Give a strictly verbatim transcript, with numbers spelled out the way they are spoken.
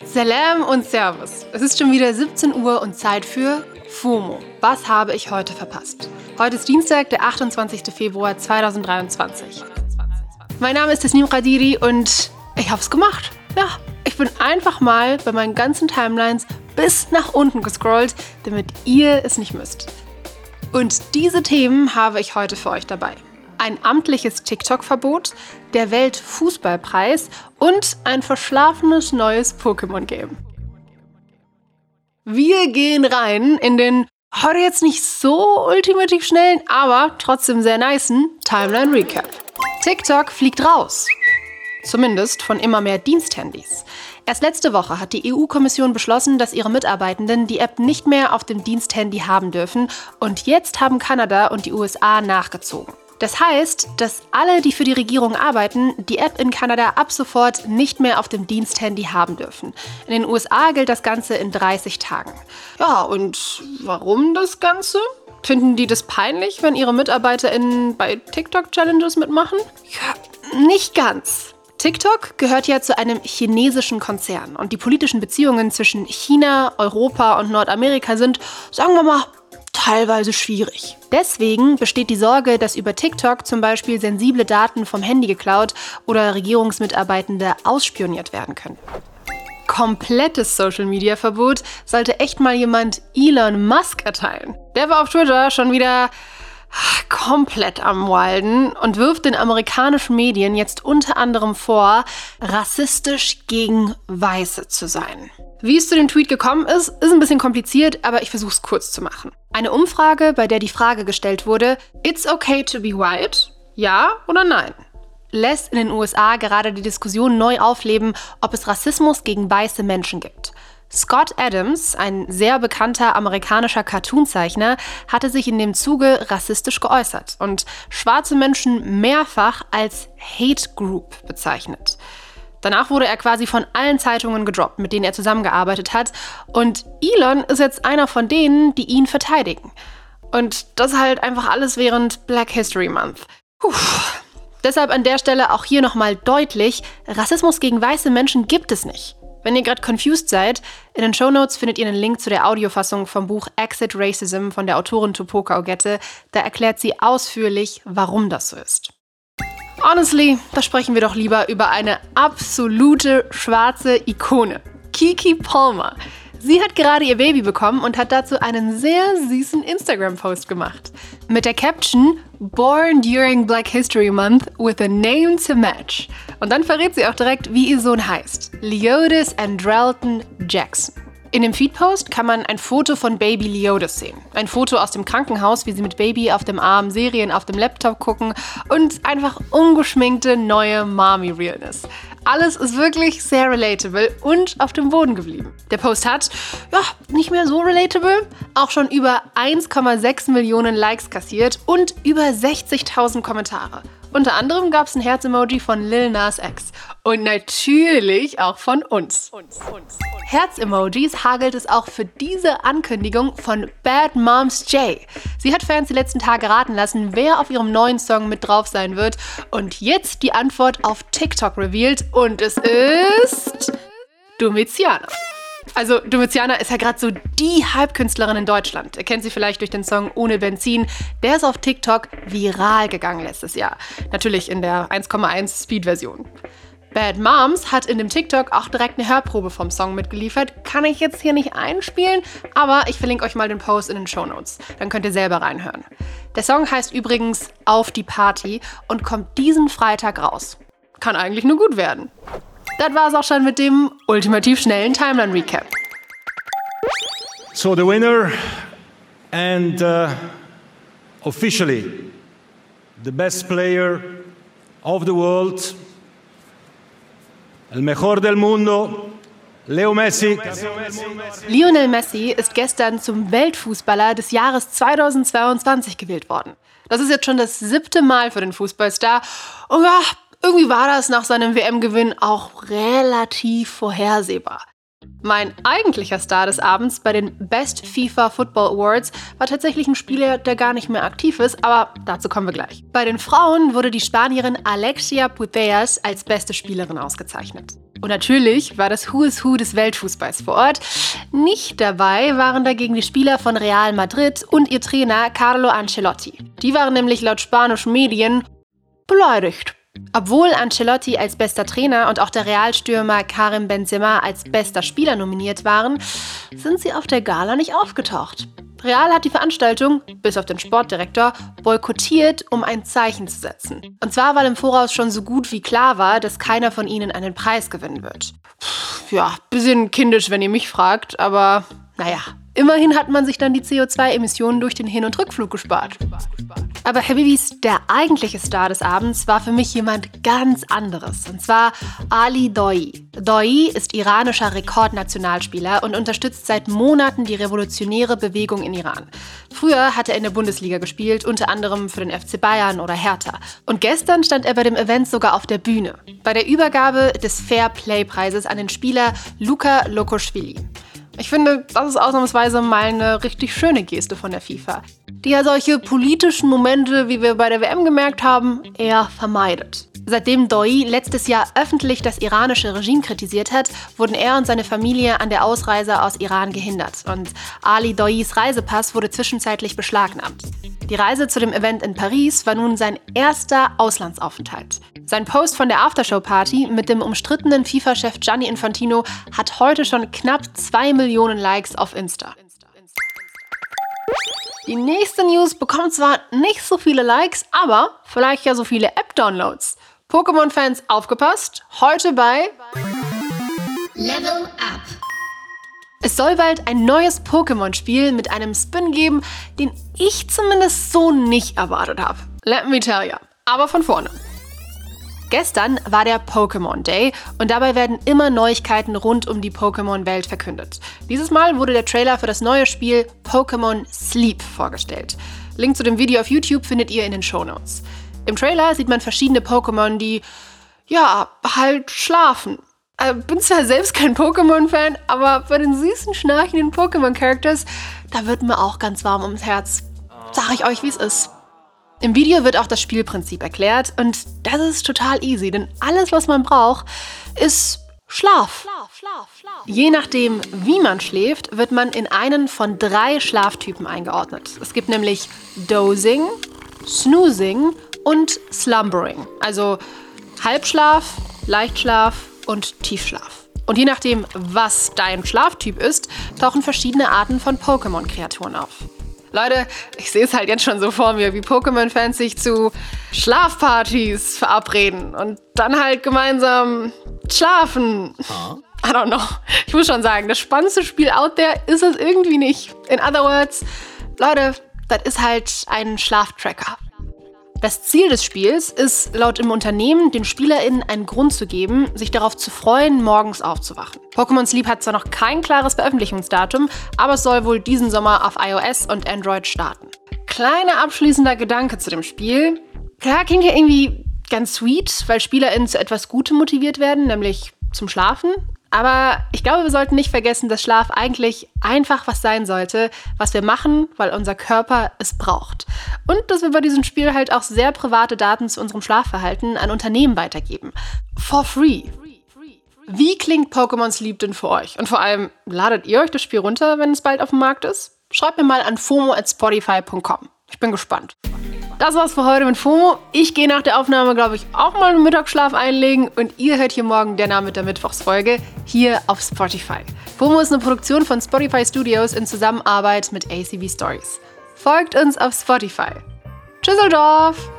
Salam und Servus. Es ist schon wieder siebzehn Uhr und Zeit für FOMO. Was habe ich heute verpasst? Heute ist Dienstag, der achtundzwanzigster Februar zweitausenddreiundzwanzig. Mein Name ist Tasnim Qadiri und ich hab's gemacht. Ja, ich bin einfach mal bei meinen ganzen Timelines bis nach unten gescrollt, damit ihr es nicht müsst. Und diese Themen habe ich heute für euch dabei. Ein amtliches TikTok-Verbot, der Weltfußballpreis und ein verschlafenes neues Pokémon-Game. Wir gehen rein in den heute jetzt nicht so ultimativ schnellen, aber trotzdem sehr nicen Timeline-Recap. TikTok fliegt raus. Zumindest von immer mehr Diensthandys. Erst letzte Woche hat die E U-Kommission beschlossen, dass ihre Mitarbeitenden die App nicht mehr auf dem Diensthandy haben dürfen. Und jetzt haben Kanada und die U S A nachgezogen. Das heißt, dass alle, die für die Regierung arbeiten, die App in Kanada ab sofort nicht mehr auf dem Diensthandy haben dürfen. In den U S A gilt das Ganze in dreißig Tagen. Ja, und warum das Ganze? Finden die das peinlich, wenn ihre MitarbeiterInnen bei TikTok-Challenges mitmachen? Ja, nicht ganz. TikTok gehört ja zu einem chinesischen Konzern und die politischen Beziehungen zwischen China, Europa und Nordamerika sind, sagen wir mal, teilweise schwierig. Deswegen besteht die Sorge, dass über TikTok zum Beispiel sensible Daten vom Handy geklaut oder Regierungsmitarbeitende ausspioniert werden könnten. Komplettes Social-Media-Verbot sollte echt mal jemand Elon Musk erteilen. Der war auf Twitter schon wieder komplett am Wilden und wirft den amerikanischen Medien jetzt unter anderem vor, rassistisch gegen Weiße zu sein. Wie es zu dem Tweet gekommen ist, ist ein bisschen kompliziert, aber ich versuche es kurz zu machen. Eine Umfrage, bei der die Frage gestellt wurde, "It's okay to be white? Ja oder nein?" lässt in den U S A gerade die Diskussion neu aufleben, ob es Rassismus gegen weiße Menschen gibt. Scott Adams, ein sehr bekannter amerikanischer Cartoonzeichner, hatte sich in dem Zuge rassistisch geäußert und schwarze Menschen mehrfach als Hate Group bezeichnet. Danach wurde er quasi von allen Zeitungen gedroppt, mit denen er zusammengearbeitet hat. Und Elon ist jetzt einer von denen, die ihn verteidigen. Und das halt einfach alles während Black History Month. Puh. Deshalb an der Stelle auch hier nochmal deutlich, Rassismus gegen weiße Menschen gibt es nicht. Wenn ihr gerade confused seid, in den Shownotes findet ihr einen Link zu der Audiofassung vom Buch Exit Racism von der Autorin Tupoka Ogette. Da erklärt sie ausführlich, warum das so ist. Honestly, da sprechen wir doch lieber über eine absolute schwarze Ikone. Keke Palmer. Sie hat gerade ihr Baby bekommen und hat dazu einen sehr süßen Instagram-Post gemacht. Mit der Caption "Born during Black History Month with a name to match". Und dann verrät sie auch direkt, wie ihr Sohn heißt. Leodis Andrelton Jackson. In dem Feed-Post kann man ein Foto von Baby Leodis sehen. Ein Foto aus dem Krankenhaus, wie sie mit Baby auf dem Arm Serien auf dem Laptop gucken und einfach ungeschminkte neue Mommy-Realness. Alles ist wirklich sehr relatable und auf dem Boden geblieben. Der Post hat, ja, nicht mehr so relatable, auch schon über eins Komma sechs Millionen Likes kassiert und über sechzigtausend Kommentare. Unter anderem gab es ein Herz-Emoji von Lil Nas X. Und natürlich auch von uns. uns, uns, uns. Herz-Emojis hagelt es auch für diese Ankündigung von Bad Moms J. Sie hat Fans die letzten Tage raten lassen, wer auf ihrem neuen Song mit drauf sein wird. Und jetzt die Antwort auf TikTok revealed. Und es ist Domitiana. Also Domitiana ist ja gerade so die Hype-Künstlerin in Deutschland. Ihr kennt sie vielleicht durch den Song Ohne Benzin. Der ist auf TikTok viral gegangen letztes Jahr. Natürlich in der eins Komma eins Speed-Version. Bad Moms hat in dem TikTok auch direkt eine Hörprobe vom Song mitgeliefert. Kann ich jetzt hier nicht einspielen, aber ich verlinke euch mal den Post in den Shownotes. Dann könnt ihr selber reinhören. Der Song heißt übrigens Auf die Party und kommt diesen Freitag raus. Kann eigentlich nur gut werden. Das war es auch schon mit dem ultimativ schnellen Timeline-Recap. So the winner and uh, officially the best player of the world, el mejor del mundo, Leo Messi. Lionel Messi ist gestern zum Weltfußballer des Jahres zweitausendzweiundzwanzig gewählt worden. Das ist jetzt schon das siebte Mal für den Fußballstar. Und ja, irgendwie war das nach seinem W M-Gewinn auch relativ vorhersehbar. Mein eigentlicher Star des Abends bei den Best FIFA Football Awards war tatsächlich ein Spieler, der gar nicht mehr aktiv ist, aber dazu kommen wir gleich. Bei den Frauen wurde die Spanierin Alexia Putellas als beste Spielerin ausgezeichnet. Und natürlich war das Who is Who des Weltfußballs vor Ort. Nicht dabei waren dagegen die Spieler von Real Madrid und ihr Trainer Carlo Ancelotti. Die waren nämlich laut spanischen Medien beleidigt. Obwohl Ancelotti als bester Trainer und auch der Realstürmer Karim Benzema als bester Spieler nominiert waren, sind sie auf der Gala nicht aufgetaucht. Real hat die Veranstaltung, bis auf den Sportdirektor, boykottiert, um ein Zeichen zu setzen. Und zwar, weil im Voraus schon so gut wie klar war, dass keiner von ihnen einen Preis gewinnen wird. Puh, ja, bisschen kindisch, wenn ihr mich fragt, aber naja. Immerhin hat man sich dann die C O zwei Emissionen durch den Hin- und Rückflug gespart. Aber Habibis, der eigentliche Star des Abends war für mich jemand ganz anderes. Und zwar Ali Daei. Daei ist iranischer Rekordnationalspieler und unterstützt seit Monaten die revolutionäre Bewegung in Iran. Früher hat er in der Bundesliga gespielt, unter anderem für den F C Bayern oder Hertha. Und gestern stand er bei dem Event sogar auf der Bühne. Bei der Übergabe des Fair-Play-Preises an den Spieler Luka Lokoschwili. Ich finde, das ist ausnahmsweise mal eine richtig schöne Geste von der FIFA, die ja solche politischen Momente, wie wir bei der W M gemerkt haben, eher vermeidet. Seitdem Daei letztes Jahr öffentlich das iranische Regime kritisiert hat, wurden er und seine Familie an der Ausreise aus Iran gehindert und Ali Daeis Reisepass wurde zwischenzeitlich beschlagnahmt. Die Reise zu dem Event in Paris war nun sein erster Auslandsaufenthalt. Sein Post von der Aftershow-Party mit dem umstrittenen FIFA-Chef Gianni Infantino hat heute schon knapp zwei Millionen Likes auf Insta. Die nächste News bekommt zwar nicht so viele Likes, aber vielleicht ja so viele App-Downloads. Pokémon-Fans aufgepasst, heute bei Level Up. Es soll bald ein neues Pokémon-Spiel mit einem Spin geben, den ich zumindest so nicht erwartet habe. Let me tell ya. Aber von vorne. Gestern war der Pokémon Day und dabei werden immer Neuigkeiten rund um die Pokémon-Welt verkündet. Dieses Mal wurde der Trailer für das neue Spiel Pokémon Sleep vorgestellt. Link zu dem Video auf YouTube findet ihr in den Shownotes. Im Trailer sieht man verschiedene Pokémon, die, ja, halt schlafen. Ich bin zwar selbst kein Pokémon-Fan, aber bei den süßen, schnarchenden Pokémon-Characters, da wird mir auch ganz warm ums Herz. Sag ich euch, wie es ist. Im Video wird auch das Spielprinzip erklärt und das ist total easy, denn alles, was man braucht, ist Schlaf. Schlaf, Schlaf, Schlaf. Je nachdem, wie man schläft, wird man in einen von drei Schlaftypen eingeordnet. Es gibt nämlich Dozing, Snoozing und Slumbering, also Halbschlaf, Leichtschlaf und Tiefschlaf. Und je nachdem, was dein Schlaftyp ist, tauchen verschiedene Arten von Pokémon-Kreaturen auf. Leute, ich sehe es halt jetzt schon so vor mir, wie Pokémon-Fans sich zu Schlafpartys verabreden und dann halt gemeinsam schlafen. I don't know. Ich muss schon sagen, das spannendste Spiel out there ist es irgendwie nicht. In other words, Leute, das ist halt ein Schlaftracker. Das Ziel des Spiels ist, laut dem Unternehmen, den SpielerInnen einen Grund zu geben, sich darauf zu freuen, morgens aufzuwachen. Pokémon Sleep hat zwar noch kein klares Veröffentlichungsdatum, aber es soll wohl diesen Sommer auf iOS und Android starten. Kleiner abschließender Gedanke zu dem Spiel. Klar, klingt ja irgendwie ganz sweet, weil SpielerInnen zu etwas Gutem motiviert werden, nämlich zum Schlafen. Aber ich glaube, wir sollten nicht vergessen, dass Schlaf eigentlich einfach was sein sollte, was wir machen, weil unser Körper es braucht. Und dass wir bei diesem Spiel halt auch sehr private Daten zu unserem Schlafverhalten an Unternehmen weitergeben. For free. Wie klingt Pokémon Sleep denn für euch? Und vor allem, ladet ihr euch das Spiel runter, wenn es bald auf dem Markt ist? Schreibt mir mal an fomo at spotify punkt com. Ich bin gespannt. Das war's für heute mit FOMO. Ich gehe nach der Aufnahme, glaube ich, auch mal einen Mittagsschlaf einlegen und ihr hört hier morgen Der Name mit der Mittwochsfolge hier auf Spotify. FOMO ist eine Produktion von Spotify Studios in Zusammenarbeit mit A C B Stories. Folgt uns auf Spotify. Tschüsseldorf!